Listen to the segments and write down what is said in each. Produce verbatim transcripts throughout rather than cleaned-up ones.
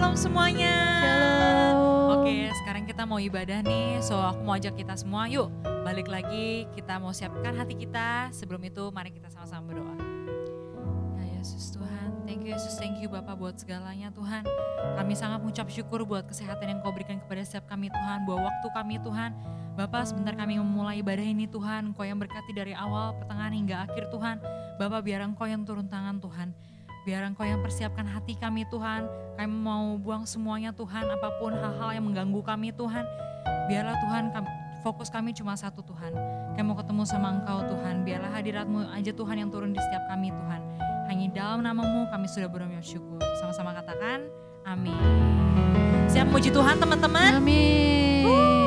Shalom semuanya. Shalom. Oke, sekarang kita mau ibadah nih. So aku mau ajak kita semua, yuk balik lagi. Kita mau siapkan hati kita. Sebelum itu mari kita sama-sama berdoa. Ya Yesus Tuhan, thank you Yesus, thank you Bapak buat segalanya Tuhan. Kami sangat mengucap syukur buat kesehatan yang Kau berikan kepada setiap kami Tuhan. Buat waktu kami Tuhan. Bapak, sebentar kami memulai ibadah ini Tuhan. Engkau yang berkati dari awal, pertengahan hingga akhir Tuhan. Bapak, biar Engkau yang turun tangan Tuhan. Biar Engkau yang persiapkan hati kami Tuhan. Kami mau buang semuanya Tuhan, apapun hal-hal yang mengganggu kami Tuhan. Biarlah Tuhan, kami, fokus kami cuma satu Tuhan. Kami mau ketemu sama Engkau Tuhan. Biarlah hadirat-Mu aja Tuhan yang turun di setiap kami Tuhan. Hanya dalam nama-Mu kami sudah berdoa syukur. Sama-sama katakan amin. Siap muji Tuhan teman-teman? Amin. Uh.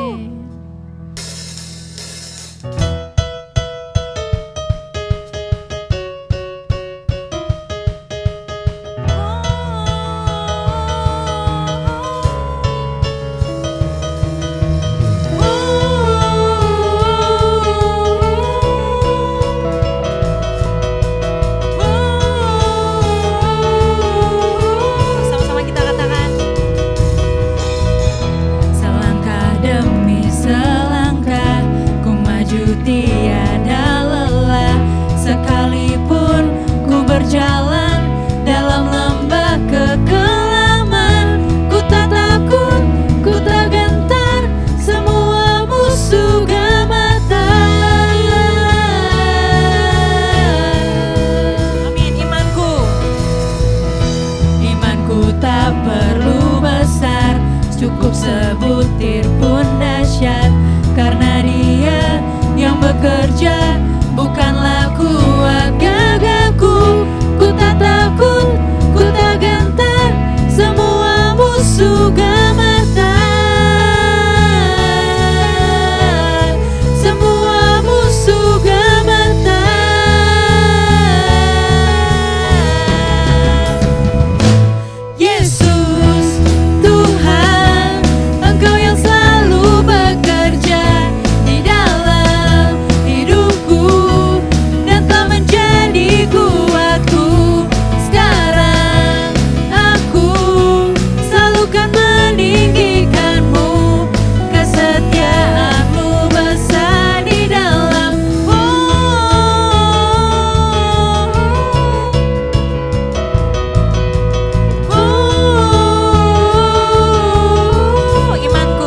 Cukup sebutir pun dahsyat, karena Dia yang bekerja, bukanlah kuat gagahku. Ku tak takut, ku tak gentar, semua musuh gemetar, semua musuh gemetar. Yesus Tuhan, Engkau yang selalu bekerja di dalam hidupku dan telah menjadi kuatku. Sekarang aku selalu kan meninggikanmu, kesetiaanmu besar di dalam. Oh, oh, imanku,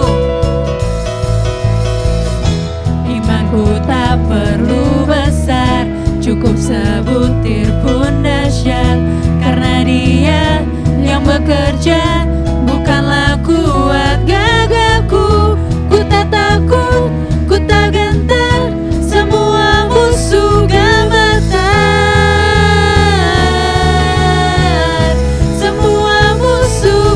imanku tak perlu besar, cukup sebutir pun dahsyat, karena Dia yang bekerja, bukanlah kuat gagahku. Ku tak takut, ku tak gentar, semua musuh gemetar, semua musuh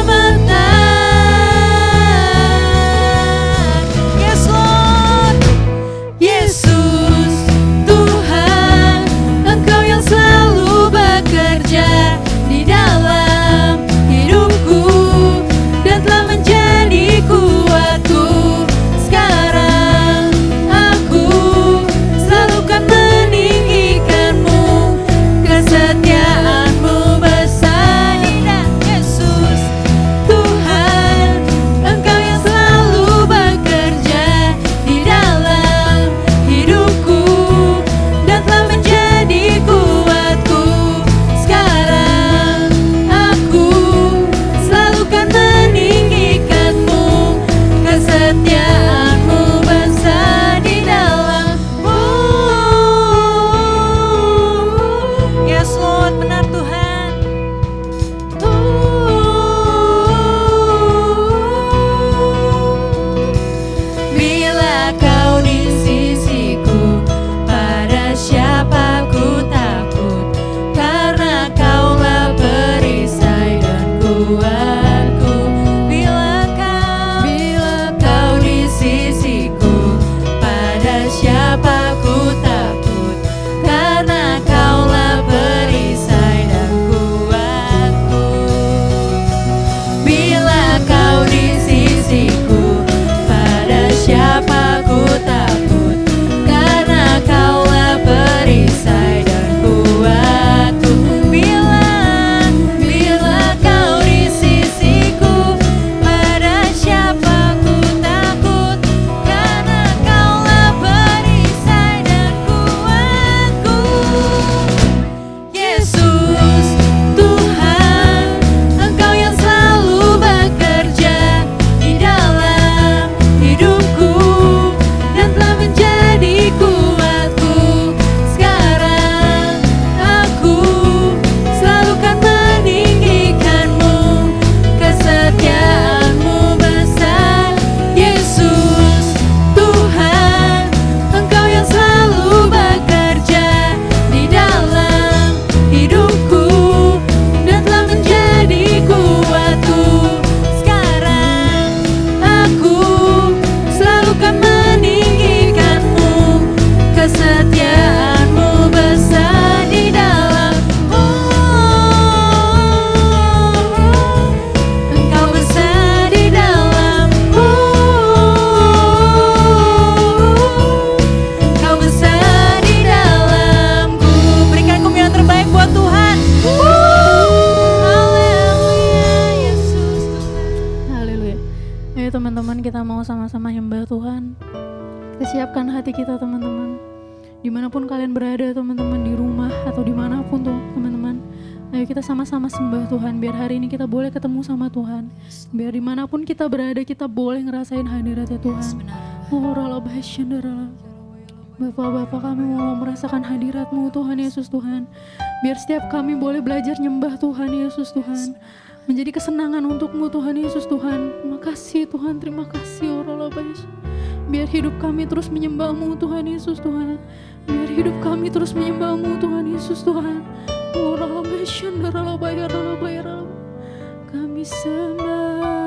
gemetar. Yes Lord, Yesus Tuhan, Engkau yang selalu bekerja di dalam hidupku teman-teman kita mau sama-sama nyembah Tuhan. Kita siapkan hati kita teman-teman. Dimanapun kalian berada teman-teman, di rumah atau dimanapun tuh teman-teman, ayo kita sama-sama sembah Tuhan. Biar hari ini kita boleh ketemu sama Tuhan. Biar dimanapun kita berada kita boleh ngerasain hadiratnya Tuhan. Oh ralabasyandarala. Bapak-bapak, kami mau merasakan hadirat-Mu Tuhan Yesus Tuhan. Biar setiap kami boleh belajar nyembah Tuhan Yesus Tuhan. Menjadi kesenangan untuk-Mu Tuhan Yesus Tuhan. Terima kasih Tuhan, terima kasih. Biar hidup kami terus menyembah-Mu Tuhan Yesus Tuhan. Biar hidup kami terus menyembah-Mu Tuhan Yesus Tuhan. Kami sembah.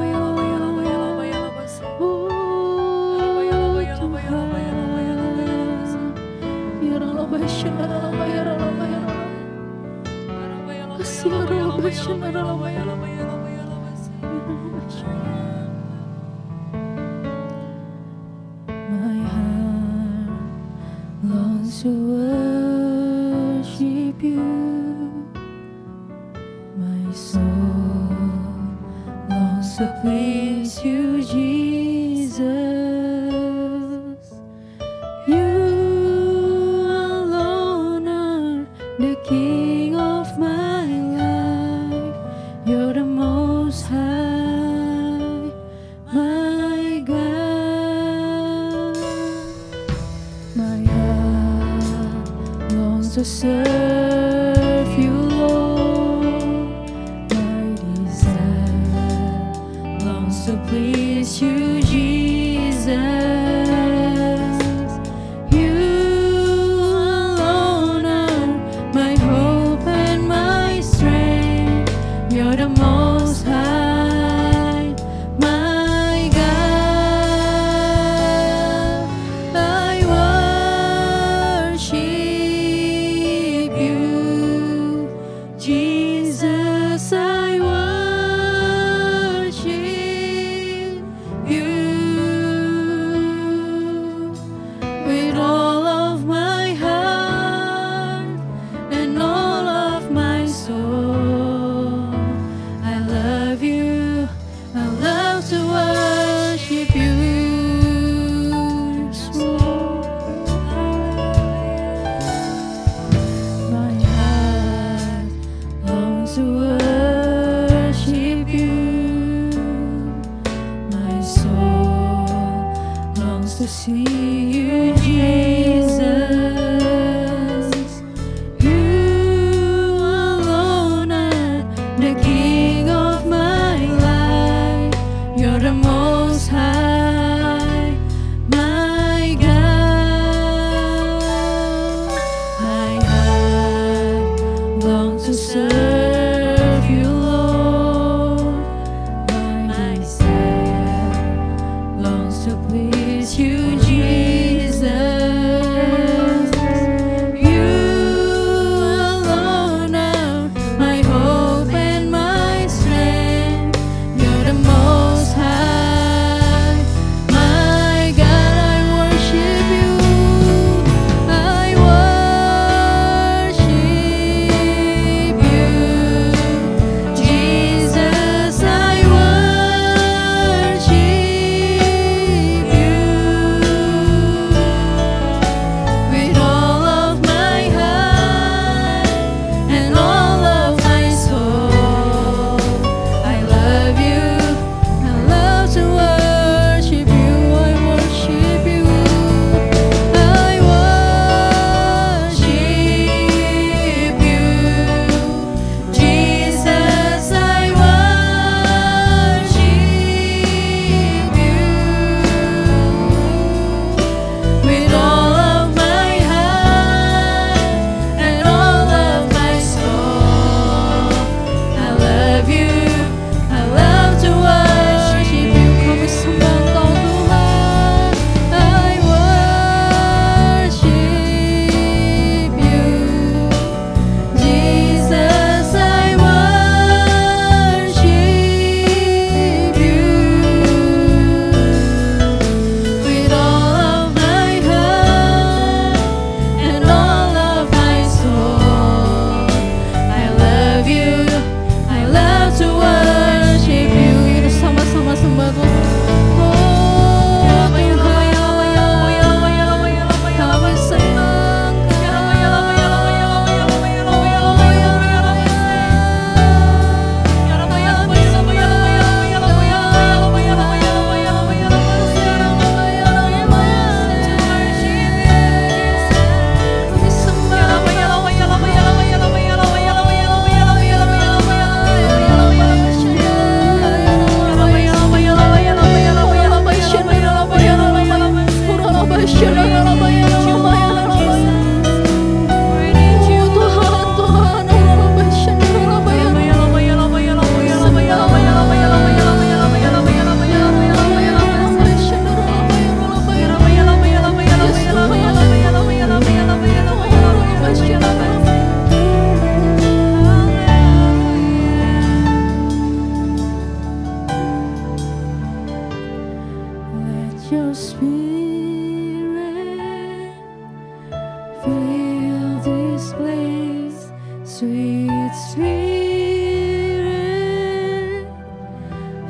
My heart longs to worship you. My soul longs to please you, Jesus. You alone are the King of my life. You're the Most High, my God. My heart longs to serve you, Lord. My desire longs to please you, Jesus. You alone are my hope and my strength. You're the Most High, my God. I worship you, Jesus. I worship you with all of my heart and all of my soul. I love you, I love to worship you. Yes, Lord. My heart longs to worship you. My soul longs to see you, Jesus. You alone are the King of my life. You're the Most High, my God. My heart longs to serve you, Lord. My desire longs to please you, Jesus.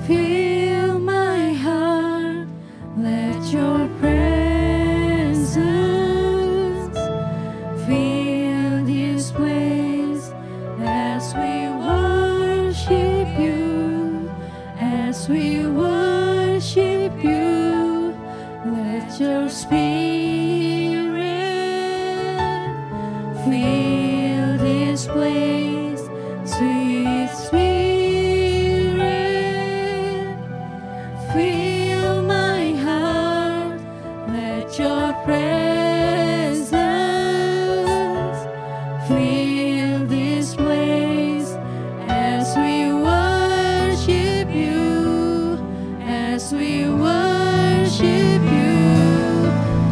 Fill my heart, let your presence fill this place as we worship you, as we worship you. Let your spirit fill this place, sweet spirit. Fill my heart, let your presence fill this place as we worship you, as we worship you.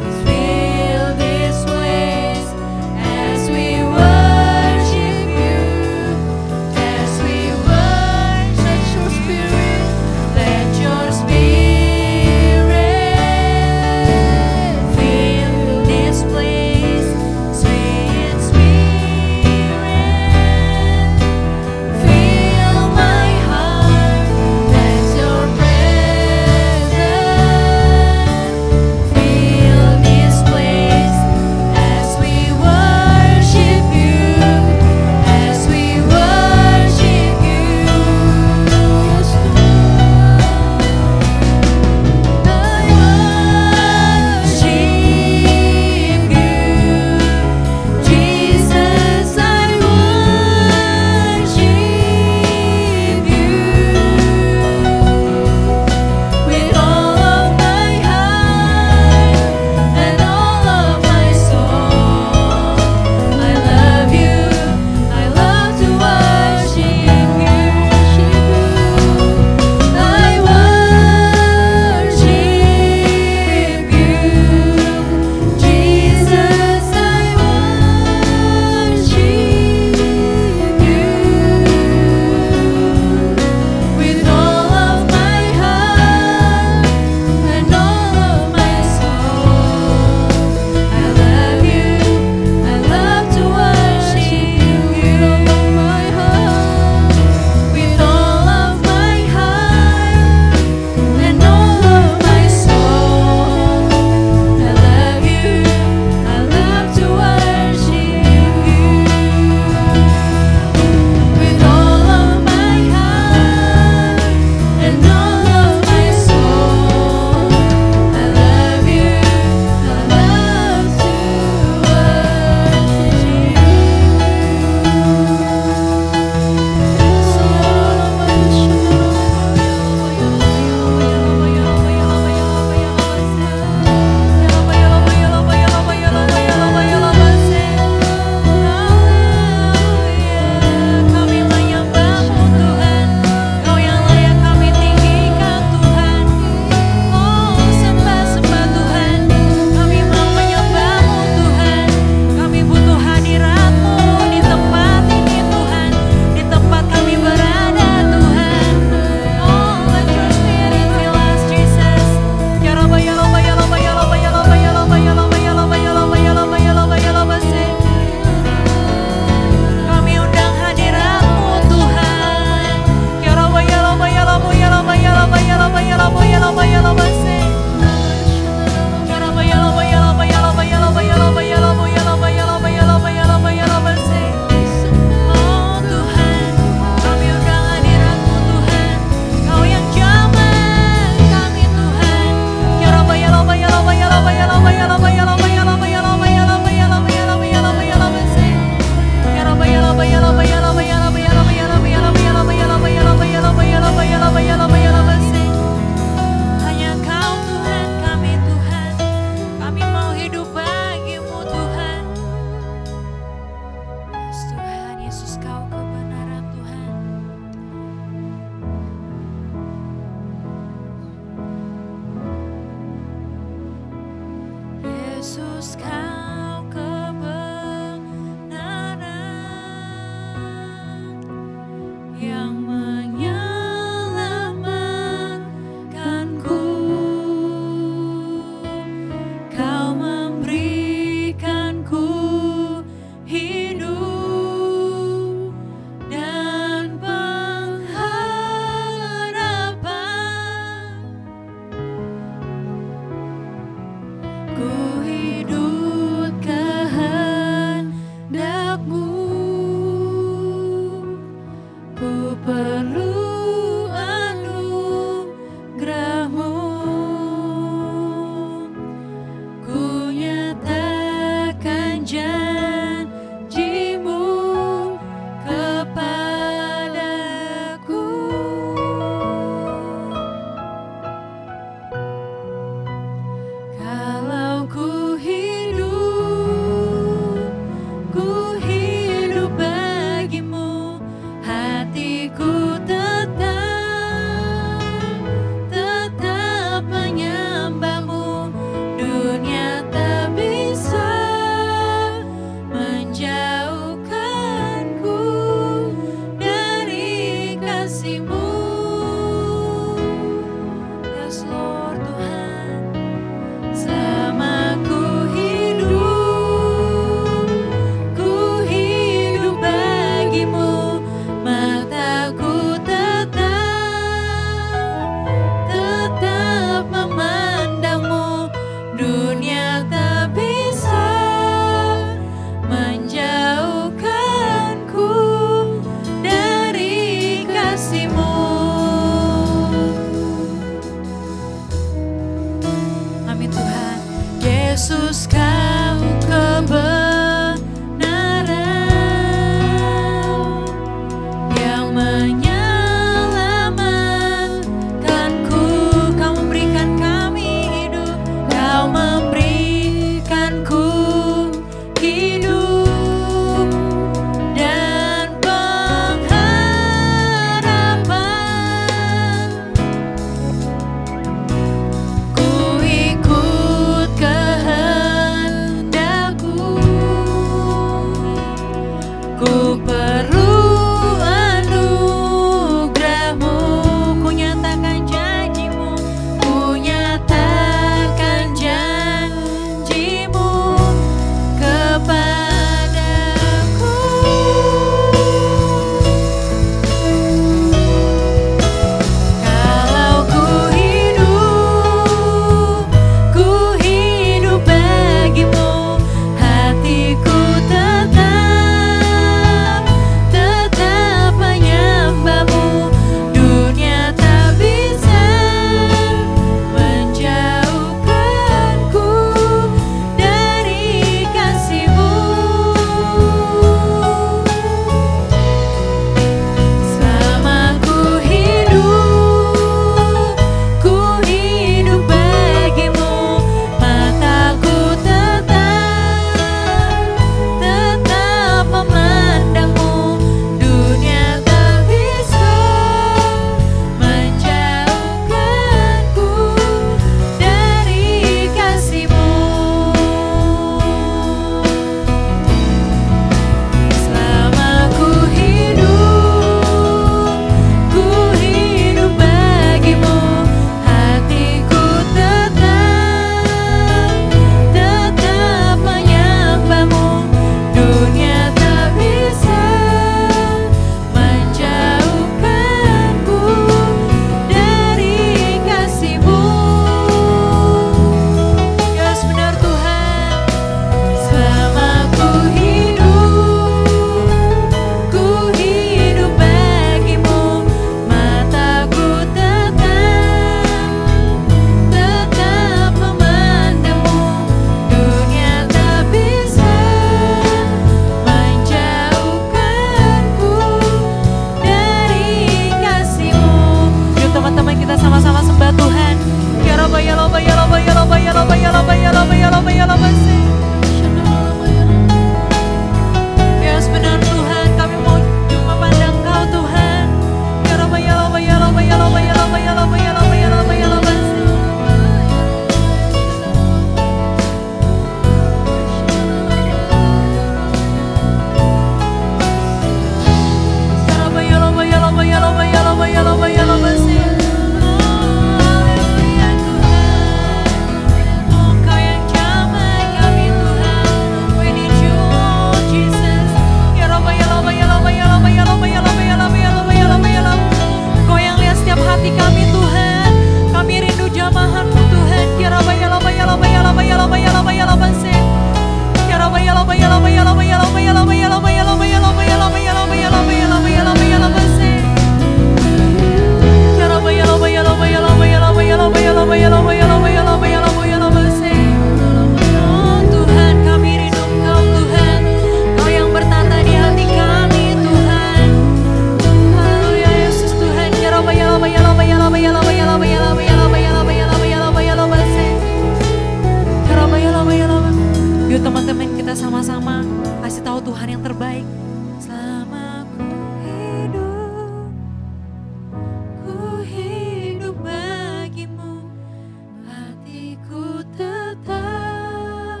kasih tahu Tuhan yang terbaik. Selama ku hidup, ku hidup bagimu, hatiku tetap,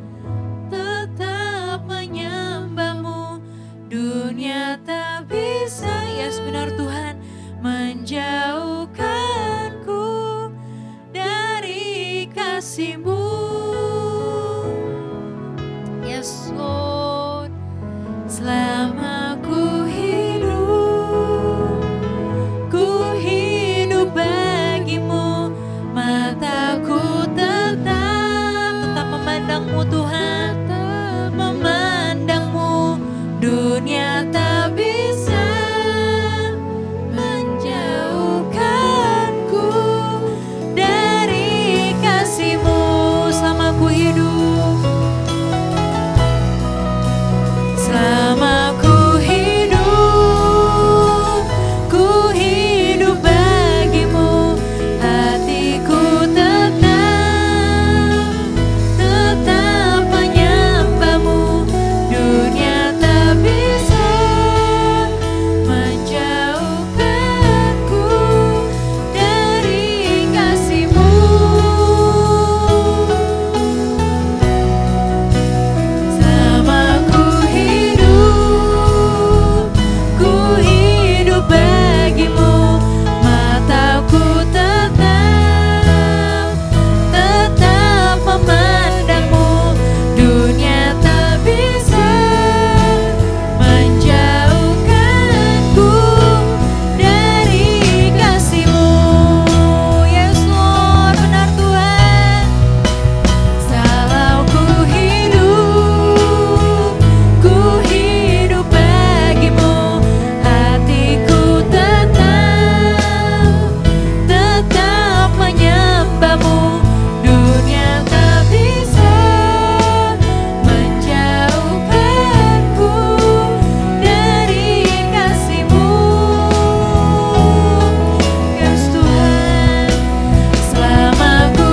tetap menyembahmu. Dunia tak bisa, yes benar Tuhan, menjauhkanku dari kasih-Mu. Yes Lord, selama ku hidup, ku hidup bagimu, mataku tetap, tetap memandang-Mu Tuhan, tetap memandang-Mu. Dunia tak bisa menjauhkanku dari kasih-Mu. Selama ku hidup, selama ku hidup, ku hidup bagimu, hatiku tetap, tetap menyembahmu. Dunia tak bisa menjauhkanku dari kasih-Mu. Selama ku hidup, ku hidup bagimu, mataku tetap, tetap memandang-Mu. Dunia tak bisa menjauhkanku dari kasih-Mu. Yes Lord, benar Tuhan. Selalu ku hidup, ku hidup bagimu, hatiku tetap, tetap menyembahmu. Dunia tak bisa menjauhkanku dari kasih-Mu. Yes Tuhan, selama ku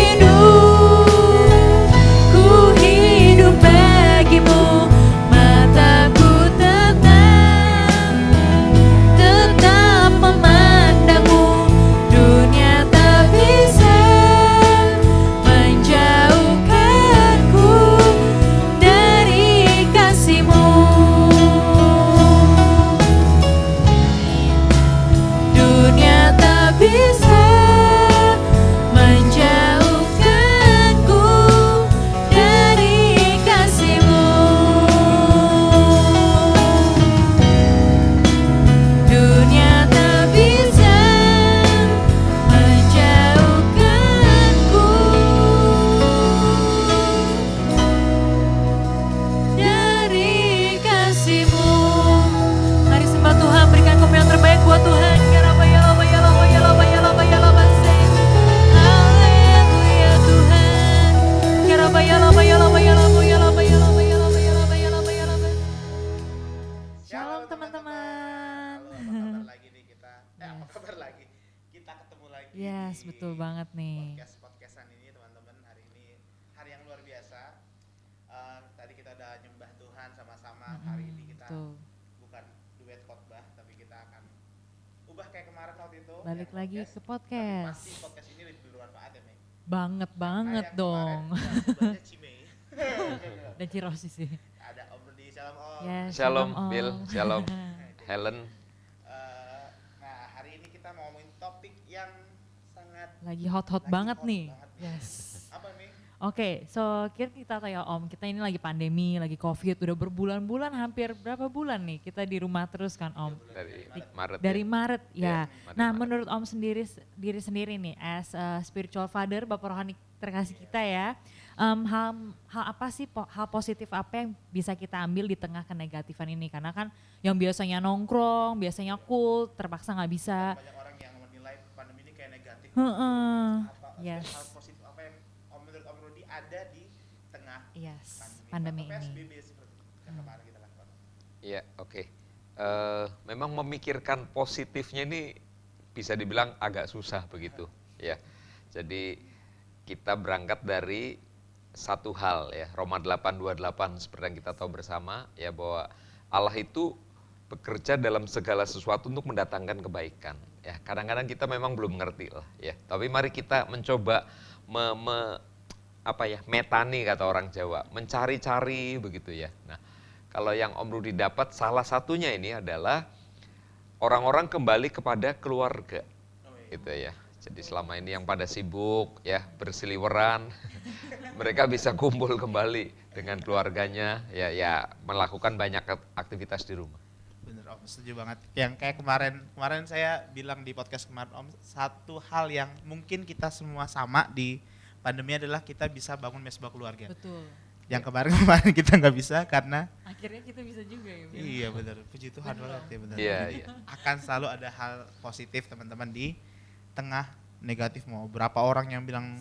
hidup, ku hidup bagimu, mataku tetap, tetap memandang-Mu. Dunia tak bisa menjauhkanku dari kasih-Mu. Dunia tak bisa menjauhkanku dari kasih-Mu. Dunia tak bisa menjauhkanku dari kasih-Mu. Mari sembah Tuhan, berikan kamu yang terbaik buat Tuhan. Haleluya Tuhan. Shalom teman-teman. Halo, apa kabar lagi nih kita? Eh, apa kabar lagi? Kita ketemu lagi. Yes, di betul banget nih. Podcast podcastan ini teman-teman. Hari ini hari yang luar biasa. Eh, tadi kita udah nyembah Tuhan sama-sama. Hari ini kita Betul. bukan duet khotbah, tapi kita akan ubah kayak kemarin waktu itu. Balik yang lagi podcast. ke Tapi podcast. pasti podcast ini lebih bermanfaat ya, Mei. Banget banget Nah, yang dong. kemarin kita sebutnya Cimei. Dan Cirosi sih. Ada Om Rudi, salam Om. Yes, Shalom, Om. Bill. Shalom, Helen. Eh, nah, hari ini kita mau ngomongin topik yang sangat Lagi hot-hot Lagi banget hot nih. banget. Yes. apa nih? Oke, so kira kita tahu ya Om, kita ini lagi pandemi, lagi Covid, udah berbulan-bulan, hampir berapa bulan nih kita di rumah terus kan Om? Dari Maret. Dari ya? Maret ya. Iya, Maret, Nah Maret. menurut Om sendiri, diri sendiri nih, as a spiritual father, Bapak Rohani terkasih kita ya, um, hal, hal apa sih, po- hal positif apa yang bisa kita ambil di tengah kenegatifan ini? Karena kan yang biasanya nongkrong, biasanya cool, terpaksa nggak bisa. Banyak orang yang menilai pandemi ini kayak negatif. Heeh. Apa Yes. hal positif apa yang Om menurut Om Rudi ada di tengah Yes, pandemi, pandemi atau P S B ini. B seperti yang kemarin kita lakukan. Iya, oke. Eh, memang memikirkan positifnya ini bisa dibilang agak susah begitu, ya. Jadi kita berangkat dari satu hal ya, Roma delapan dua puluh delapan seperti yang kita tahu bersama ya, bahwa Allah itu bekerja dalam segala sesuatu untuk mendatangkan kebaikan. Ya, kadang-kadang kita memang belum ngerti lah ya. Tapi mari kita mencoba me, me, apa ya, metani kata orang Jawa, mencari-cari begitu ya. Nah, kalau yang Om Rudi dapat salah satunya ini adalah orang-orang kembali kepada keluarga. Gitu ya. Jadi selama ini yang pada sibuk ya, berseliweran, mereka bisa kumpul kembali dengan keluarganya ya, ya melakukan banyak aktivitas di rumah. Bener Om, setuju banget. Yang kayak kemarin, kemarin saya bilang di podcast kemarin Om, satu hal yang mungkin kita semua sama di pandemi adalah kita bisa bangun mesbah keluarga. Betul. Yang kemarin-kemarin kita nggak bisa karena Akhirnya kita bisa juga ya. Bim? iya benar, puji Tuhan banget ya benar. Iya, Jadi iya. akan selalu ada hal positif teman-teman di tengah negatif. Mau berapa orang yang bilang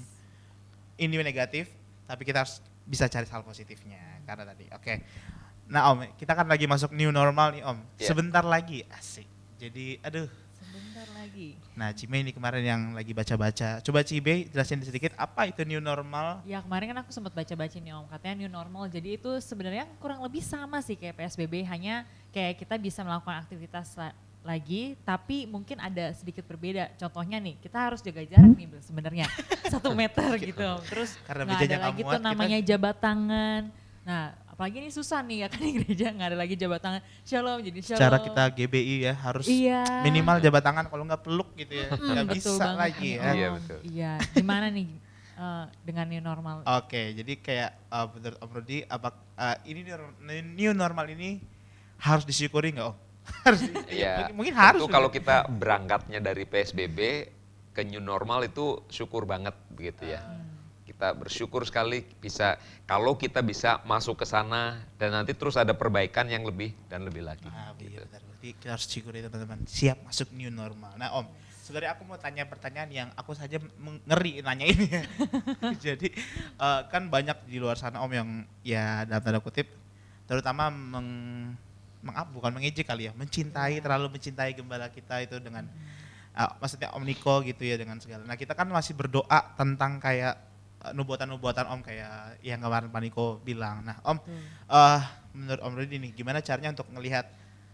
ini negatif, tapi kita harus bisa cari hal positifnya karena tadi. Oke. Nah Om, kita kan lagi masuk new normal nih Om. Iya. Sebentar lagi, asik. Jadi aduh. Sebentar lagi. Nah Cime ini kemarin yang lagi baca-baca. Coba Cibe jelasin sedikit apa itu new normal? Ya kemarin kan aku sempat baca-baca nih Om, katanya new normal. Jadi itu sebenarnya kurang lebih sama sih kayak P S B B, hanya kayak kita bisa melakukan aktivitas la- lagi, tapi mungkin ada sedikit berbeda. Contohnya nih, kita harus jaga jarak nih Bel, sebenarnya satu meter gitu. Terus Karena nggak mejanya ada nggak lagi muat, tuh kita- namanya jabat tangan. Nah apalagi ini susah nih ya kan di gereja nggak ada lagi jabat tangan. Shalom jadi shalom. Secara kita G B I ya harus Iya. minimal jabat tangan, kalau nggak peluk gitu ya. Mm, Nggak betul bisa banget lagi nih, ya. Om. Iya, betul. Iya, gimana nih eh, dengan new normal? Oke, jadi kayak uh, menurut Om Rudi, apa uh, ini new- new normal ini harus disyukuri nggak Om? harus. di- Iya, mungkin, mungkin harus. tentu kalau kita berangkatnya dari P S B B ke new normal itu syukur banget begitu ya. Kita bersyukur sekali bisa, kalau kita bisa masuk ke sana dan nanti terus ada perbaikan yang lebih dan lebih lagi. Ah, iya gitu. benar. Berarti kita harus syukuri teman-teman. Siap masuk new normal. Nah Om, sebenarnya aku mau tanya pertanyaan yang aku saja meng- ngeri nanya ini ya. Jadi uh, kan banyak di luar sana Om yang ya dalam tanda kutip terutama meng, mengap bukan mengejek kali ya, mencintai terlalu mencintai gembala kita itu dengan uh, maksudnya Om Niko gitu ya dengan segala. Nah kita kan masih berdoa tentang kayak uh, nubuatan-nubuatan Om kayak yang kemarin Pak Niko bilang. Nah Om, uh, menurut Om Rudi nih gimana caranya untuk ngelihat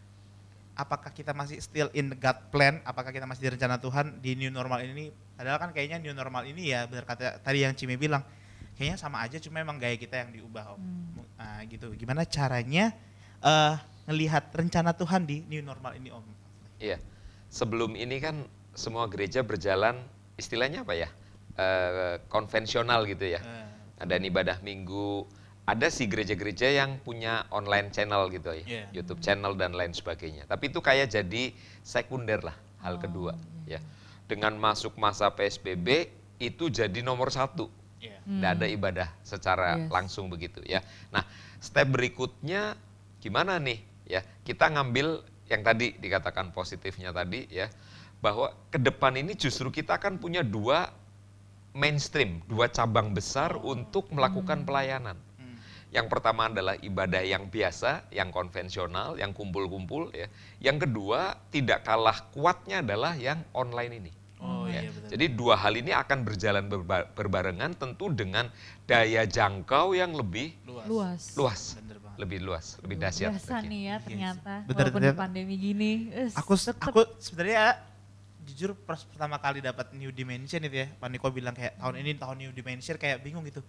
apakah kita masih still in the God plan, apakah kita masih di rencana Tuhan di new normal ini? Padahal kan kayaknya new normal ini ya benar kata tadi yang Cime bilang, kayaknya sama aja cuma emang gaya kita yang diubah Om. Hmm. Nah, gitu. Gimana caranya uh, ngelihat rencana Tuhan di new normal ini Om? Iya, sebelum ini kan semua gereja berjalan istilahnya apa ya, Eh, konvensional gitu ya. Uh, Ada ibadah minggu, ada sih gereja-gereja yang punya online channel gitu ya, Iya. YouTube channel dan lain sebagainya. Tapi itu kayak jadi sekunder lah, hal Oh, kedua iya. ya. Dengan masuk masa P S B B itu jadi nomor satu. yeah. Tidak ada ibadah secara Yes. langsung begitu ya. Nah, step berikutnya gimana nih ya? Kita ngambil yang tadi dikatakan positifnya tadi ya, bahwa ke depan ini justru kita akan punya dua mainstream, dua cabang besar untuk melakukan pelayanan. Hmm. Yang pertama adalah ibadah yang biasa, yang konvensional, yang kumpul-kumpul ya. Yang kedua, tidak kalah kuatnya adalah yang online ini. Oh Ya. iya betul. Jadi dua hal ini akan berjalan berba- berbarengan tentu dengan daya jangkau yang lebih luas. Luas. luas, Bener banget. lebih luas, lebih Luar dahsyat. biasa lagi. nih ya Iya ternyata, sih. Bener, walaupun bener. di pandemi gini. es, Aku tetep. aku sebenarnya jujur pas pertama kali dapat new dimension itu ya, Pak Niko bilang kayak tahun ini tahun new dimension kayak bingung gitu.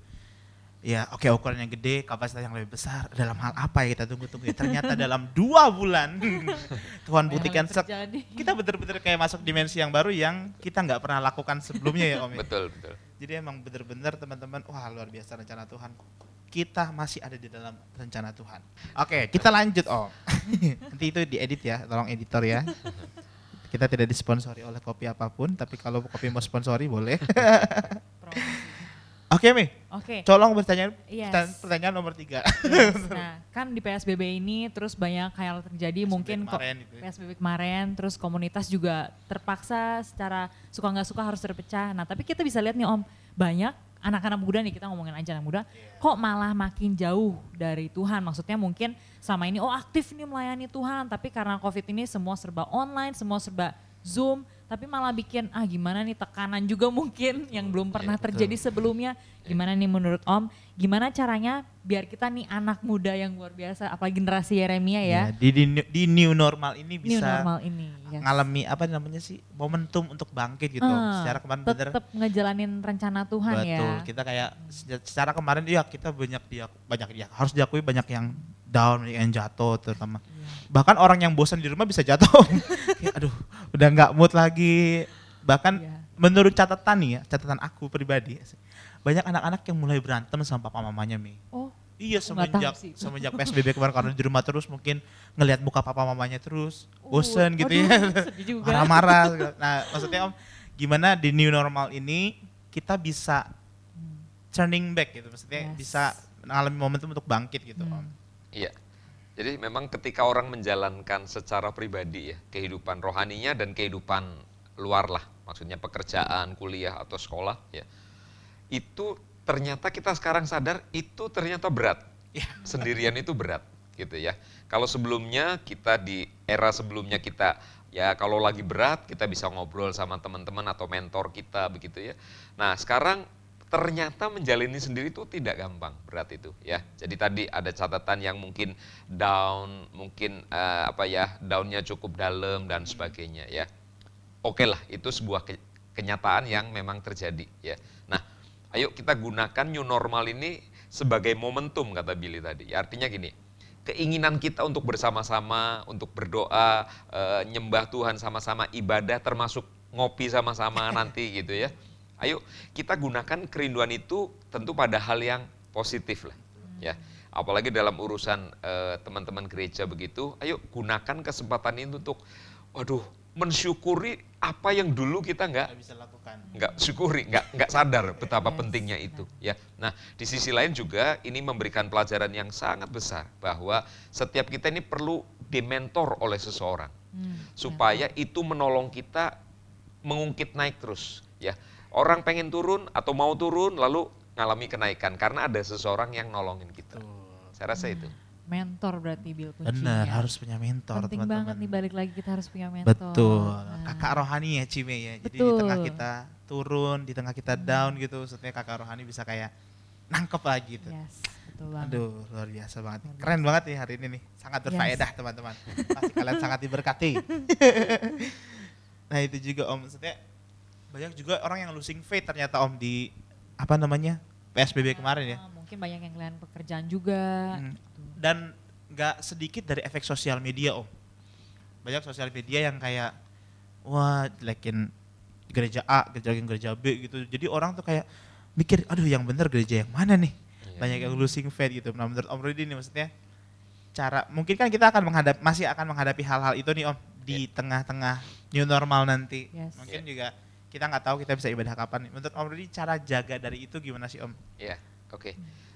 Ya oke ukuran yang gede, kapasitas yang lebih besar, dalam hal apa ya kita tunggu-tunggu ya. Ternyata dalam dua bulan Tuhan Banyak buktikan hal sek- terjadi. kita bener-bener kayak masuk dimensi yang baru yang kita nggak pernah lakukan sebelumnya ya Om ya. Betul, betul. Jadi emang bener-bener teman-teman, wah luar biasa rencana Tuhan. Kita masih ada di dalam rencana Tuhan. Oke, kita lanjut Om. Nanti itu diedit ya, tolong editor ya. Kita tidak disponsori oleh kopi apapun, tapi kalau kopi mau sponsori boleh. Promosi. Oke Mi, Oke. tolong bertanya Yes. pertanyaan, pertanyaan nomor tiga. Yes. Nah, kan di P S B B ini terus banyak hal terjadi, mungkin kok kemarin itu P ya. S B B kemarin, terus komunitas juga terpaksa secara suka nggak suka harus terpecah. Nah, tapi kita bisa lihat nih Om, banyak anak-anak muda nih, kita ngomongin aja anak muda, kok malah makin jauh dari Tuhan. Maksudnya mungkin sama ini, oh aktif nih melayani Tuhan, tapi karena COVID ini semua serba online, semua serba Zoom, tapi malah bikin ah gimana nih tekanan juga mungkin yang belum pernah Iya, terjadi sebelumnya. Gimana nih menurut Om? Gimana caranya biar kita nih anak muda yang luar biasa, apalagi generasi Yeremia ya, Ya, di, di, di new normal ini new bisa normal ini. Yes. ngalami apa namanya sih momentum untuk bangkit gitu. Ah, Secara kemarin bener tetap ngejalanin rencana Tuhan betul. ya. Kita kayak se- secara kemarin ya kita banyak dia banyak ya harus diakui banyak yang down, banyak yang jatuh terutama. Iya. Bahkan orang yang bosan di rumah bisa jatuh. Kayak, aduh, udah nggak mood lagi. Bahkan Iya. menurut catatan nih ya, catatan aku pribadi, banyak anak-anak yang mulai berantem sama papa mamanya, Mi. Oh, Iya, Aku nggak tahu semenjak sih. semenjak P S B B kemarin karena di rumah terus mungkin ngelihat muka papa mamanya terus, uh, bosen gitu ya. waduh, sedih juga. Marah-marah. segala- Nah, maksudnya Om, gimana di new normal ini kita bisa turning back gitu, maksudnya Yes. bisa mengalami momentum untuk bangkit gitu, Om. Hmm. Iya. Jadi memang ketika orang menjalankan secara pribadi ya kehidupan rohaninya dan kehidupan luar lah, maksudnya pekerjaan, kuliah atau sekolah ya, itu ternyata kita sekarang sadar itu ternyata berat. Ya. Sendirian itu berat gitu ya. Kalau sebelumnya kita di era sebelumnya kita ya kalau lagi berat kita bisa ngobrol sama teman-teman atau mentor kita begitu ya. Nah sekarang ternyata menjalani sendiri itu tidak gampang, berat itu ya. Jadi tadi ada catatan yang mungkin down, mungkin eh, apa ya, downnya cukup dalam dan sebagainya ya. Oke lah, itu sebuah ke- kenyataan yang memang terjadi ya. Nah, ayo kita gunakan new normal ini sebagai momentum kata Billy tadi. Ya, artinya gini, keinginan kita untuk bersama-sama, untuk berdoa, eh, nyembah Tuhan sama-sama, ibadah termasuk ngopi sama-sama nanti gitu ya. Ayo kita gunakan kerinduan itu tentu pada hal yang positif lah, ya. Apalagi dalam urusan eh, teman-teman gereja begitu, ayo gunakan kesempatan ini untuk, waduh, mensyukuri apa yang dulu kita nggak Nggak bisa lakukan. nggak syukuri, nggak nggak sadar betapa Yes, pentingnya itu, ya. Nah, di sisi lain juga ini memberikan pelajaran yang sangat besar bahwa setiap kita ini perlu dimentor oleh seseorang Hmm, supaya itu menolong kita mengungkit naik terus, ya. Orang pengen turun atau mau turun lalu ngalami kenaikan karena ada seseorang yang nolongin kita. Saya rasa itu. mentor berarti Bill kuncinya. Benar, harus punya mentor, Penting teman-teman. banget nih balik lagi kita harus punya mentor. Betul, Nah, kakak rohani ya Cime ya. Jadi di Betul. tengah kita turun, di tengah kita down gitu, maksudnya kakak rohani bisa kayak nangkep lagi gitu. Yes, betul banget. Aduh, luar biasa banget. Keren banget nih hari ini nih. Sangat berfaedah teman-teman. Pasti kalian sangat diberkati. Nah itu juga Om, maksudnya banyak juga orang yang losing faith ternyata Om di apa namanya P S B B kemarin ya. Ah, mungkin banyak yang kalian pekerjaan juga. Hmm. Dan nggak sedikit dari efek sosial media Om. Banyak sosial media yang kayak wah jelekin gereja A, jelekin gereja B gitu. Jadi orang tuh kayak mikir, aduh yang bener gereja yang mana nih? Iya. Banyak yang losing faith gitu. Nah menurut Om Rudi nih maksudnya cara, mungkin kan kita akan menghadap, masih akan menghadapi hal-hal itu nih Om di tengah-tengah new normal nanti. Yes. Mungkin juga kita nggak tahu kita bisa ibadah kapan. Menurut Om Rudi cara jaga dari itu gimana sih Om? Ya, oke.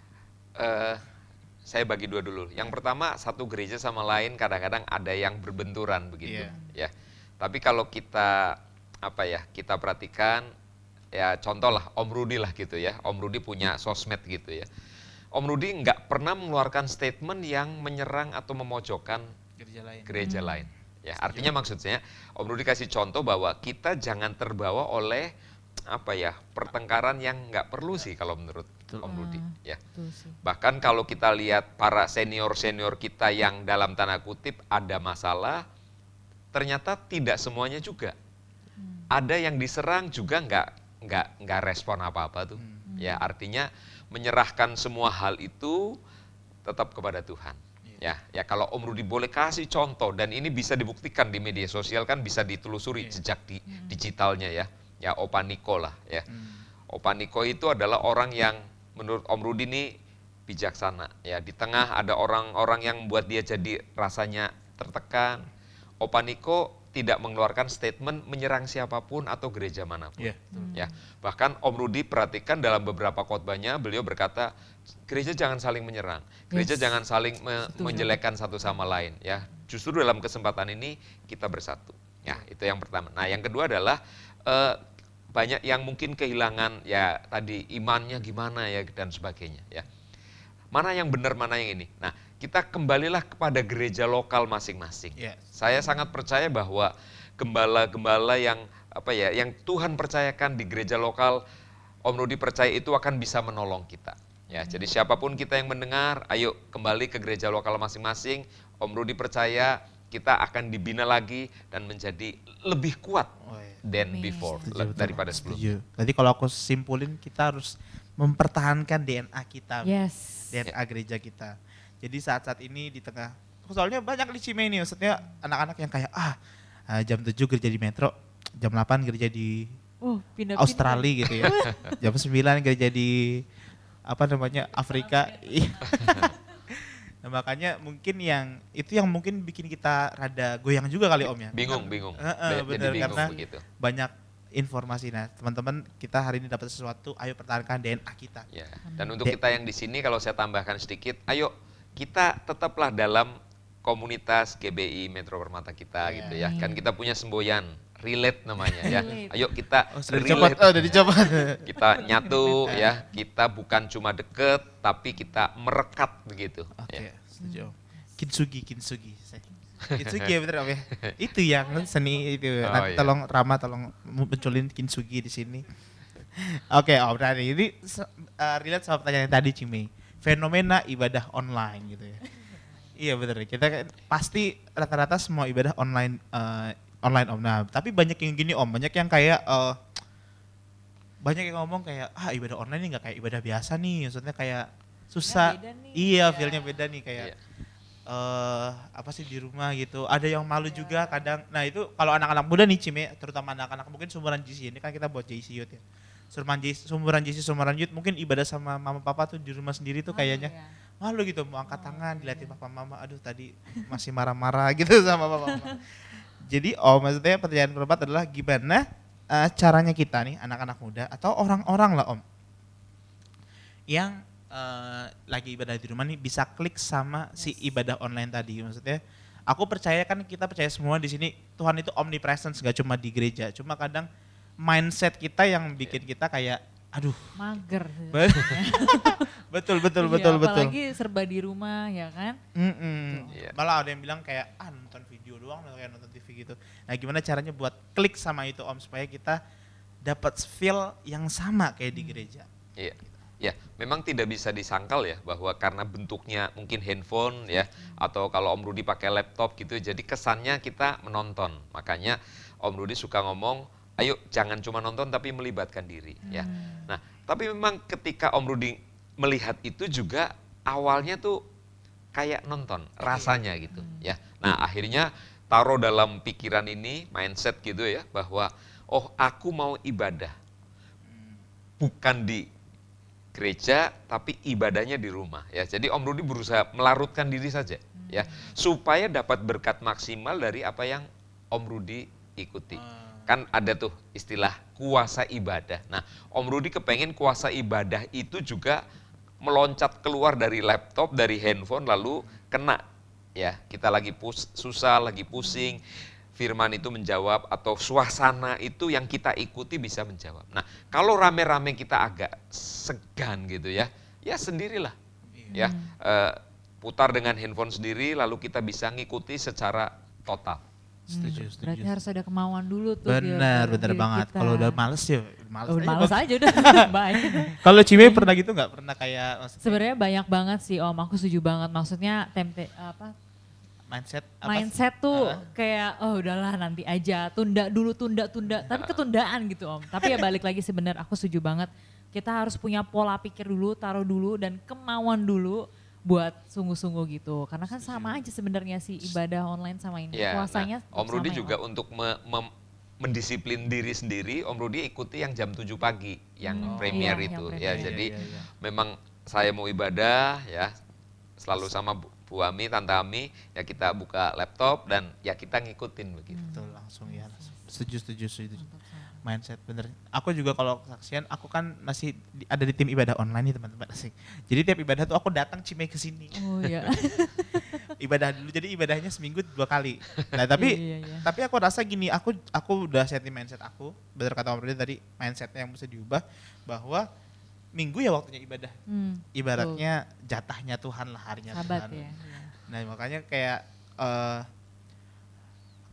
Eh, saya bagi dua dulu. Yang pertama, satu gereja sama lain kadang-kadang ada yang berbenturan begitu, Iya. ya. Tapi kalau kita apa ya, kita perhatikan, ya contoh lah Om Rudi lah gitu ya. Om Rudi punya sosmed gitu ya. Om Rudi nggak pernah mengeluarkan statement yang menyerang atau memojokkan Gereja lain. gereja lain. Ya, artinya maksudnya Om Rudi kasih contoh bahwa kita jangan terbawa oleh apa ya, pertengkaran yang nggak perlu sih kalau menurut Betul. Om Rudi, Hmm. ya. Betul sih. Bahkan kalau kita lihat para senior-senior kita yang dalam tanda kutip ada masalah, ternyata tidak semuanya juga. Hmm. Ada yang diserang juga nggak nggak nggak respon apa-apa tuh. Hmm. Ya, artinya menyerahkan semua hal itu tetap kepada Tuhan. Ya, ya kalau Om Rudi boleh kasih contoh dan ini bisa dibuktikan di media sosial kan bisa ditelusuri Iya. jejak di digitalnya ya. Ya Opa Niko lah ya. Hmm. Opa Niko itu adalah orang yang menurut Om Rudi ini bijaksana ya. Di tengah ada orang-orang yang membuat dia jadi rasanya tertekan. Opa Niko tidak mengeluarkan statement menyerang siapapun atau gereja manapun. Iya. Ya, bahkan Om Rudi perhatikan dalam beberapa khotbahnya beliau berkata gereja jangan saling menyerang, gereja Yes. jangan saling me- Betul. menjelekkan satu sama lain. Ya, justru dalam kesempatan ini kita bersatu. Ya, itu yang pertama. Nah, yang kedua adalah eh, banyak yang mungkin kehilangan ya tadi imannya gimana ya dan sebagainya. Ya, mana yang benar mana yang ini. Nah, kita kembalilah kepada gereja lokal masing-masing. Iya. Saya sangat percaya bahwa gembala-gembala yang apa ya, yang Tuhan percayakan di gereja lokal, Om Rudi percaya itu akan bisa menolong kita. Ya, jadi siapapun kita yang mendengar, ayo kembali ke gereja lokal masing-masing. Om Rudi percaya kita akan dibina lagi dan menjadi lebih kuat Oh, iya. than Amin. before, Setuju, le- betul. daripada sebelumnya. Setuju. Jadi kalau aku simpulin kita harus mempertahankan D N A kita, Yes. D N A gereja kita. Jadi saat-saat ini di tengah, soalnya banyak di Cime ini, maksudnya anak-anak yang kayak ah ah, jam tujuh gereja di Metro, jam delapan gereja di Oh, pindah-pindah. Australia gitu ya, jam sembilan gereja di apa namanya Afrika. Iya. Nah, makanya mungkin yang itu yang mungkin bikin kita rada goyang juga kali Om ya. Bingung, bingung. Heeh, Ba- bener, jadi bingung karena begitu. banyak informasi. Nah, teman-teman kita hari ini dapat sesuatu, ayo pertahankan D N A kita. Ya. Dan untuk De- kita yang di sini, kalau saya tambahkan sedikit, ayo kita tetaplah dalam komunitas G B I Metro Permata kita Iya. gitu ya. Kan kita punya semboyan, relate namanya ya. Relate. Ayo kita Oh, sudah dicoba. relate. Oh, udah dicoba. Kita nyatu ya, kita bukan cuma deket, tapi kita merekat begitu. Oke, Ya. setuju. Om. Kintsugi, kintsugi. Saya- Kintsugi ya bener Om ya. Itu yang seni itu. Oh, Nanti iya. tolong Rama tolong munculin kintsugi di sini. Oke Om, nah ini se- eh, relate sama pertanyaan yang tadi Cime. Fenomena ibadah online gitu ya. Iya bener, kita kan pasti rata-rata semua ibadah online eh, online Om. Nah, tapi banyak yang gini Om, banyak yang kayak eh, banyak yang ngomong kayak ah ibadah online ini nggak kayak ibadah biasa nih, maksudnya kayak susah. beda nih. Iya, Iya. feel-nya beda nih kayak Iya. eh apa sih di rumah gitu. Ada yang malu juga kadang. Nah, itu kalau anak-anak muda nih Cime, terutama anak-anak mungkin sumuran J C, ini kan kita buat J C Youth ya. Sumuran J C, sumuran J C, sumuran Youth mungkin ibadah sama mama papa tuh di rumah sendiri tuh kayaknya Oh, iya. malu gitu mau angkat Oh, tangan iya. diliatin papa mama, aduh tadi masih marah-marah gitu sama papa mama. Jadi oh maksudnya pertanyaan keempat adalah gimana eh, caranya kita nih anak-anak muda atau orang-orang lah Om yang eh, lagi ibadah di rumah nih bisa klik sama si ibadah online tadi. Maksudnya aku percaya kan kita percaya semua di sini Tuhan itu omnipresence gak cuma di gereja, cuma kadang mindset kita yang bikin kita kayak aduh Mager. Be- betul betul Iya, betul betul. Apalagi serba di rumah ya kan. Mm-mm. Iya. Malah ada yang bilang kayak ah nonton video doang kayak nonton T V gitu. Nah gimana caranya buat klik sama itu Om supaya kita dapat feel yang sama kayak di gereja. Iya. Ya, memang tidak bisa disangkal ya bahwa karena bentuknya mungkin handphone ya atau kalau Om Rudi pakai laptop gitu jadi kesannya kita menonton. Makanya Om Rudi suka ngomong, ayo jangan cuma nonton tapi melibatkan diri ya. Nah, tapi memang ketika Om Rudi melihat itu juga awalnya tuh kayak nonton rasanya gitu ya. Nah, akhirnya taruh dalam pikiran ini mindset gitu ya bahwa oh aku mau ibadah bukan di gereja tapi ibadahnya di rumah ya. Jadi Om Rudi berusaha melarutkan diri saja ya supaya dapat berkat maksimal dari apa yang Om Rudi ikuti. Kan ada tuh istilah kuasa ibadah. Nah, Om Rudi kepengen kuasa ibadah itu juga meloncat keluar dari laptop, dari handphone lalu kena ya. Kita lagi pus, susah, lagi pusing. Firman itu menjawab atau suasana itu yang kita ikuti bisa menjawab. Nah, kalau rame-rame kita agak segan gitu ya, ya sendirilah. Ya, eh, putar dengan handphone sendiri lalu kita bisa ngikuti secara total. Setuju, setuju. Berarti harus ada kemauan dulu tuh. Bener, dalam bener diri banget. kita. Kalau udah males ya males Oh, aja. males Bang. aja udah. Baik. Kalau Cime pernah gitu nggak? Pernah kayak maksudnya Sebenarnya banyak banget sih Om, aku setuju banget. Maksudnya tempe apa mindset apa? mindset tuh Ah. kayak oh udahlah nanti aja, tunda dulu, tunda, tunda. Tapi ketundaan gitu Om. Tapi ya balik lagi sebenarnya aku setuju banget. Kita harus punya pola pikir dulu, taruh dulu dan kemauan dulu buat sungguh-sungguh gitu. Karena kan sama aja sebenarnya sih ibadah online sama ini. Ya, Puasanya nah, Om sama Rudi ya, juga Om. untuk me- mem- mendisiplin diri sendiri, Om Rudi ikuti yang jam tujuh pagi, yang Hmm, premier iya, itu. yang Ya, premier. jadi Iya, iya, iya. memang saya mau ibadah ya, selalu sama Bu, Bu Ami, Tante Ami, ya kita buka laptop dan ya kita ngikutin begitu. Betul langsung ya. Setuju, setuju, setuju. Mindset bener. Aku juga kalau kesaksian, aku kan masih di- ada di tim ibadah online nih teman-teman asik. Jadi tiap ibadah tuh aku datang Cime ke sini. Oh iya. Ibadah dulu, jadi ibadahnya seminggu dua kali. Nah tapi Iya, iya, iya. tapi aku rasa gini, aku aku udah setting mindset aku. Bener kata Om Rudi tadi, mindsetnya yang mesti diubah bahwa minggu ya waktunya ibadah. Hmm, Ibaratnya jatahnya Tuhan lah, harinya sahabat Tuhan. ya. Iya. Nah makanya kayak eh,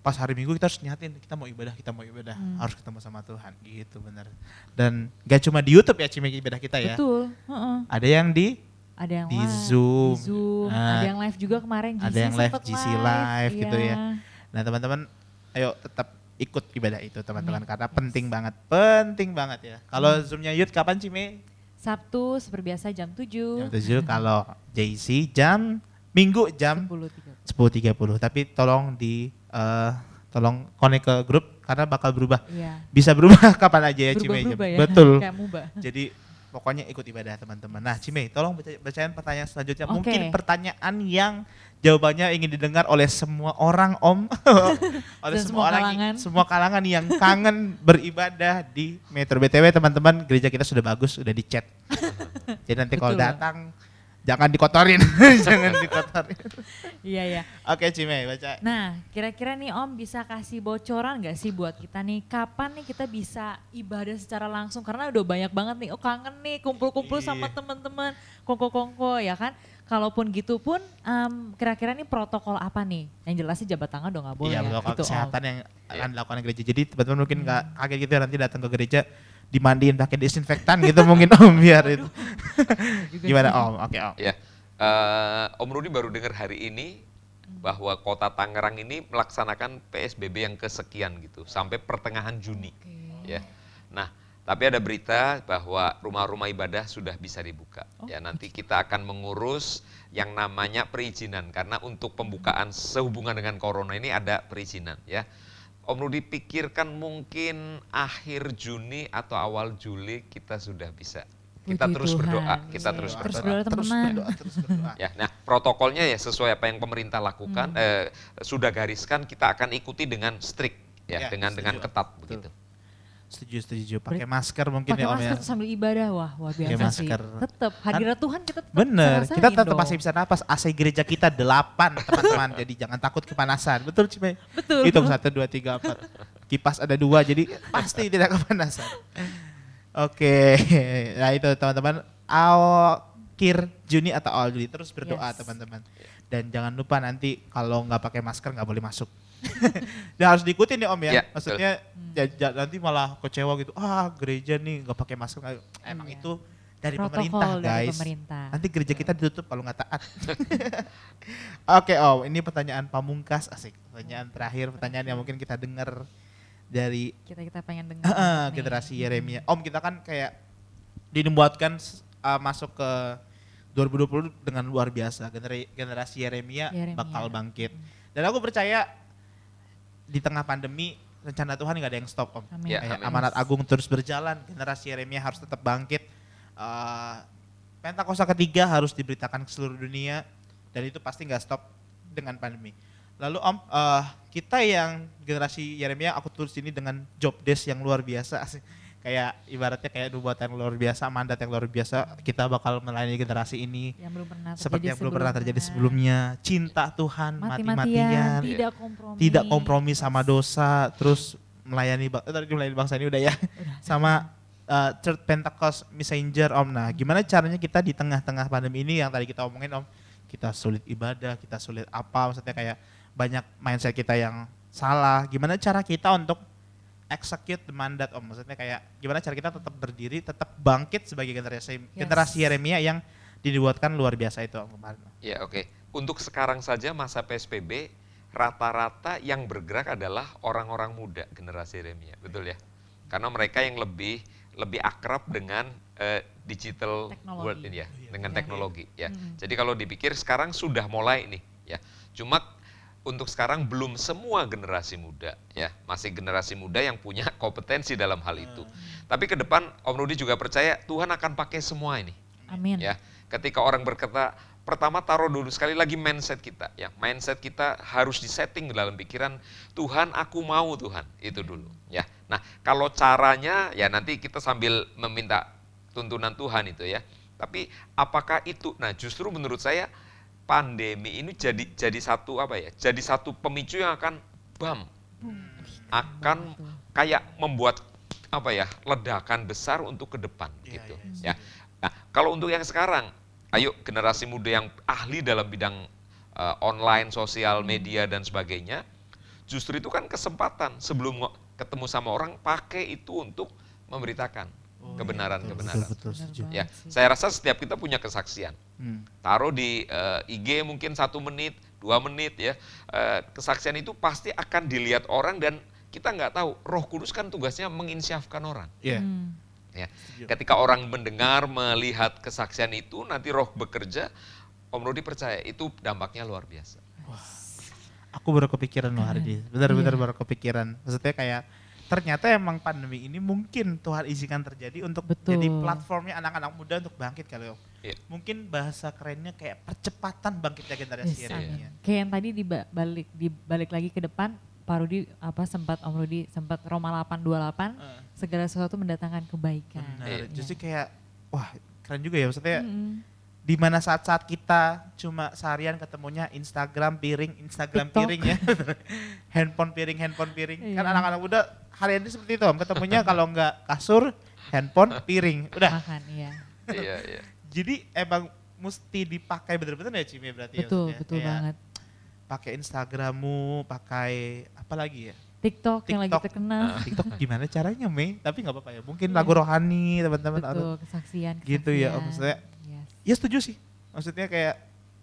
pas hari Minggu kita harus nyatin, kita mau ibadah, kita mau ibadah, Hmm. harus ketemu sama Tuhan, gitu bener. Dan gak cuma di YouTube ya Cime ibadah kita ya, Betul. Heeh. ada yang di Ada yang Di live, Zoom. di Zoom. Nah, ada yang live juga kemarin. G C ada yang live, sempet G C live gitu iya. ya. Nah teman-teman, ayo tetap ikut ibadah itu teman-teman, karena penting banget, penting banget ya. Kalau Hmm. Zoomnya Youth kapan Cime? Sabtu seperti biasa jam tujuh. Jam tujuh, kalau J C jam Minggu jam sepuluh tiga puluh. sepuluh tiga puluh. Tapi tolong di eh, tolong connect ke grup karena bakal berubah. Iya. Bisa berubah kapan aja ya Cime. Berubah-berubah ya. Betul. Kayak muba. Jadi pokoknya ikut ibadah teman-teman. Nah Cime, tolong baca, bacain pertanyaan selanjutnya. Oke. Mungkin pertanyaan yang jawabannya ingin didengar oleh semua orang Om. oleh Dan semua semua orang, kalangan. semua kalangan yang kangen beribadah di Metro. B T W teman-teman, gereja kita sudah bagus, sudah dicat. Jadi nanti kalau Betul. datang jangan dikotorin, jangan dikotorin. Iya ya. Oke Cime, baca. Nah, kira-kira nih Om bisa kasih bocoran gak sih buat kita nih, kapan nih kita bisa ibadah secara langsung? Karena udah banyak banget nih, oh kangen nih kumpul-kumpul sama Iya. teman-teman, kongko-kongko ya kan? Kalaupun gitu pun, em, kira-kira nih protokol apa nih? Yang jelas sih jabat tangan dong gak boleh Iya, ya. protokol Gitu, Om. kesehatan yang Iya. akan dilakukan di gereja. Jadi teman-teman mungkin nggak kaget gitu ya, nanti datang ke gereja dimandiin pakai disinfektan gitu mungkin Om, biar itu. Juga Gimana sih. Om? Oke Om. Ya, eh, Om Rudi baru dengar hari ini bahwa kota Tangerang ini melaksanakan P S B B yang kesekian gitu sampai pertengahan Juni. Oke. Ya, nah tapi ada berita bahwa rumah-rumah ibadah sudah bisa dibuka. Oh, Ya nanti kita akan mengurus yang namanya perizinan karena untuk pembukaan sehubungan dengan corona ini ada perizinan ya. Om Rudi pikirkan mungkin akhir Juni atau awal Juli kita sudah bisa. Kita Puji terus Tuhan. berdoa, kita Iya. terus Terus berdoa. berdoa, Terus teman-teman. berdoa, terus berdoa. Ya, nah protokolnya ya sesuai apa yang pemerintah lakukan, Hmm. eh, sudah gariskan kita akan ikuti dengan strict ya, Ya, dengan dengan setuju. ketat Betul. begitu. Setuju, setuju. Pakai masker mungkin Pakai ya Om ya. masker tuh sambil ibadah, wah wah Pakai biasa sih. masker. Tetap hadirat Tuhan kita tetap Bener, bisa kita rasain tetap dong. masih bisa napas. A C gereja kita delapan teman-teman, jadi jangan takut kepanasan. Betul Cime? Betul. Hitung satu, dua, tiga, empat. Kipas ada dua, jadi pasti tidak kepanasan. Oke, nah itu teman-teman. Akhir Juni atau awal Juli terus berdoa Yes. teman-teman. Dan jangan lupa nanti kalau nggak pakai masker nggak boleh masuk. Dan harus diikutin ya Om ya. Ya, Maksudnya ja- ja- nanti malah kecewa gitu. Ah gereja nih nggak pakai masker. nggak-" Emang Iya. itu dari Protokol pemerintah dari guys. pemerintah. Nanti gereja kita ditutup kalau nggak taat. Oke Om, ini pertanyaan pamungkas, asik. Pertanyaan terakhir, pertanyaan yang mungkin kita dengar dari Kita kita pengen dengar. eh, banget nih. generasi Yeremia. Om, kita kan kayak dinubuatkan uh, masuk ke dua ribu dua puluh dengan luar biasa. Genera- generasi Yeremia Yeremia. bakal bangkit. Dan aku percaya di tengah pandemi rencana Tuhan nggak ada yang stop Om. Amin. Ya, Kayak amin. amanat agung terus berjalan, generasi Yeremia harus tetap bangkit. Uh, Pentakosta ketiga harus diberitakan ke seluruh dunia dan itu pasti nggak stop dengan pandemi. Lalu Om, uh, kita yang generasi Yeremia, aku tulis ini dengan job desk yang luar biasa. Asik. Kayak ibaratnya kayak nubuatan yang luar biasa, mandat yang luar biasa. Kita bakal melayani generasi ini Yang belum pernah terjadi seperti yang belum pernah terjadi sebelumnya. sebelumnya. Cinta Tuhan, Mati-matian, mati-matian, tidak kompromi. tidak kompromi sama dosa, terus melayani bang- eh, tadi melayani bangsa ini udah ya, sama uh, Church Pentecost Messenger Om. Nah, gimana caranya kita di tengah-tengah pandemi ini yang tadi kita omongin Om, kita sulit ibadah, kita sulit apa, maksudnya kayak banyak mindset kita yang salah. Gimana cara kita untuk execute the mandat Om? Maksudnya kayak gimana cara kita tetap berdiri, tetap bangkit sebagai generasi Yes. generasi Yeremia yang dibuatkan luar biasa itu Om kemarin. Ya oke, untuk sekarang saja masa P S B B rata-rata yang bergerak adalah orang-orang muda generasi Yeremia, betul ya? Karena mereka yang lebih lebih akrab dengan eh, digital Teknologi. world ini ya, dengan Ya. teknologi ya. Hmm. Jadi kalau dipikir sekarang sudah mulai nih ya. Cuma untuk sekarang belum semua generasi muda ya, masih generasi muda yang punya kompetensi dalam hal itu. Tapi ke depan Om Rudi juga percaya Tuhan akan pakai semua ini. Amin. Ya, ketika orang berkata, pertama taruh dulu sekali lagi mindset kita ya. Mindset kita harus disetting dalam pikiran, Tuhan aku mau Tuhan, itu dulu ya. Nah, kalau caranya ya nanti kita sambil meminta tuntunan Tuhan itu ya. Tapi apakah itu? Nah, justru menurut saya pandemi ini jadi jadi satu apa ya? Jadi satu pemicu yang akan bam akan kayak membuat apa ya? Ledakan besar untuk ke depan Iya, gitu. iya, Ya. Nah, kalau untuk yang sekarang, ayo generasi muda yang ahli dalam bidang uh, online, sosial media dan sebagainya, Justru itu kan kesempatan sebelum ngo- ketemu sama orang, pakai itu untuk memberitakan kebenaran-kebenaran. Betul, betul, setuju. Ya, saya rasa setiap kita punya kesaksian. Hmm. Taruh di eh, I G mungkin satu menit, dua menit ya. Eh, kesaksian itu pasti akan dilihat orang dan kita nggak tahu. Roh Kudus kan tugasnya menginsyafkan orang. Iya. Hmm. Ya, ketika orang mendengar, melihat kesaksian itu, nanti Roh bekerja. Om Rudi percaya itu dampaknya luar biasa. Aku baru kepikiran loh hari ini, benar-benar Iya. baru kepikiran. Maksudnya kayak ternyata emang pandemi ini mungkin Tuhan izinkan terjadi untuk Betul. jadi platformnya anak-anak muda untuk bangkit kali Om. Iya. Mungkin bahasa kerennya kayak percepatan bangkitnya generasi Yes, Yeremia. amin. Kayak yang tadi dibalik dibalik lagi ke depan, Pak Rudi apa sempat Om Rudi sempat Roma delapan dua puluh delapan Eh, segala sesuatu mendatangkan kebaikan. Benar. Iya. Justru kayak wah keren juga ya maksudnya. Mm-mm. Di mana saat-saat kita cuma seharian ketemunya Instagram piring, Instagram TikTok. piring ya. handphone piring, handphone piring. Kan Iya. anak-anak muda hari ini seperti itu Om, ketemunya kalau nggak kasur, handphone, piring. Udah. Makan, iya. Iya, iya. Jadi emang mesti dipakai bener-bener ya Cime berarti ya. Betul, maksudnya. betul Kayak banget. Pakai Instagrammu, pakai apa lagi ya? TikTok, yang lagi TikTok. terkenal. TikTok gimana caranya Mei? Tapi nggak apa-apa ya. Mungkin Iya. lagu rohani teman-teman. Betul, kesaksian, Gitu ya, Om. kesaksian. Maksudnya Yes. ya setuju sih. Maksudnya kayak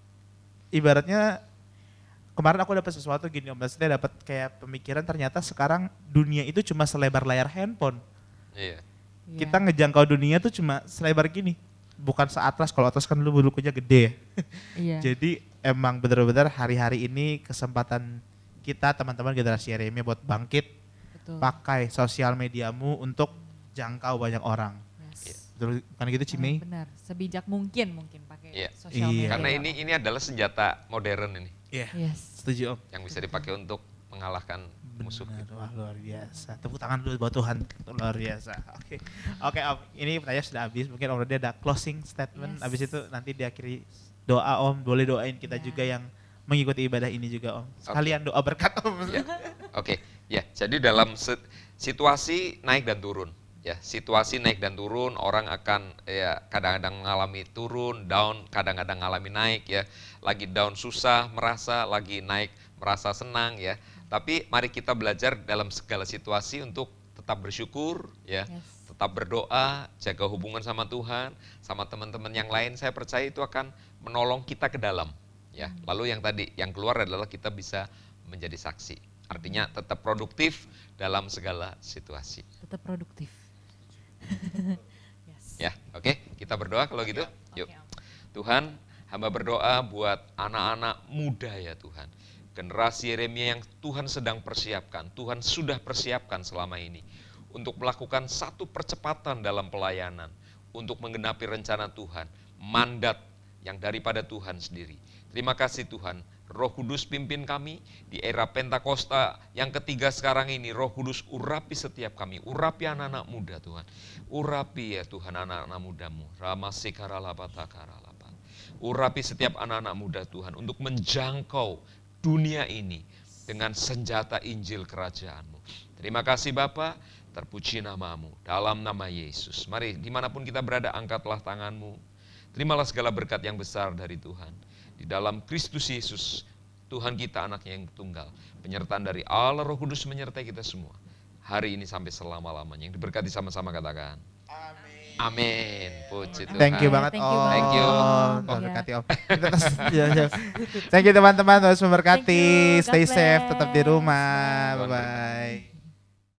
ibaratnya kemarin aku dapat sesuatu gini Om, maksudnya dapat kayak pemikiran ternyata sekarang dunia itu cuma selebar layar handphone. Iya. Iya. Kita ngejangkau dunia tuh cuma selebar gini. Bukan seatlas, kalau atlas kan dulu bukunya gede ya. Iya. Jadi emang benar-benar hari-hari ini kesempatan kita teman-teman generasi Yeremia buat bangkit, Betul. pakai sosial mediamu untuk jangkau banyak orang. Yes. Betul, bukan gitu Ah, Cimei? benar, sebijak mungkin mungkin pakai Iya. sosial Iya. media. Karena ini ini adalah senjata modern ini Iya, Yes. setuju Om. yang bisa dipakai untuk mengalahkan musuh. Benar, wah luar biasa. Tepuk tangan dulu buat Tuhan, luar biasa. Oke, oke Om, ini pertanyaan sudah habis. Mungkin Om Rudi ada closing statement. Yes. Habis itu nanti diakhiri doa Om. Boleh doain kita Ya. juga yang mengikuti ibadah ini juga Om. Sekalian doa berkat Om. Ya. Oke, ya. Jadi dalam se- situasi naik dan turun, ya. Situasi naik dan turun, orang akan ya kadang-kadang mengalami turun, down, kadang-kadang mengalami naik ya. Lagi down susah merasa, lagi naik merasa senang ya. Tapi mari kita belajar dalam segala situasi untuk tetap bersyukur ya. Yes. Tetap berdoa, jaga hubungan sama Tuhan, sama teman-teman yang lain. Saya percaya itu akan menolong kita ke dalam. Ya, lalu yang tadi, yang keluar adalah kita bisa menjadi saksi. Artinya tetap produktif dalam segala situasi. Tetap produktif. Yes. Ya, oke, kita berdoa kalau gitu. Yuk, Oke, Om. Tuhan, hamba berdoa buat anak-anak muda ya Tuhan. Generasi Yeremia yang Tuhan sedang persiapkan, Tuhan sudah persiapkan selama ini. Untuk melakukan satu percepatan dalam pelayanan. Untuk menggenapi rencana Tuhan, mandat yang daripada Tuhan sendiri. Terima kasih Tuhan, Roh Kudus pimpin kami di era Pentakosta yang ketiga sekarang ini. Roh Kudus urapi setiap kami, urapi anak-anak muda Tuhan. Urapi ya Tuhan anak-anak mudamu. Ramasikaralapatakaralapat. Urapi setiap anak-anak muda Tuhan untuk menjangkau dunia ini dengan senjata Injil Kerajaan-Mu. Terima kasih Bapa, terpuji namamu dalam nama Yesus. Mari dimanapun kita berada, angkatlah tanganmu. Terimalah segala berkat yang besar dari Tuhan. Di dalam Kristus Yesus, Tuhan kita anaknya yang tunggal. Penyertaan dari Allah Roh Kudus menyertai kita semua. Hari ini sampai selama-lamanya. Yang diberkati sama-sama katakan. Amin. Amin. Puji Tuhan. Thank you banget Thank you Om. banget. Thank you. Tuhan Ya. berkati Om. Kita terus- ya, ya. Thank you teman-teman, terus memberkati. Thank you. God Stay safe, bless. tetap di rumah. Bye. Bye-bye.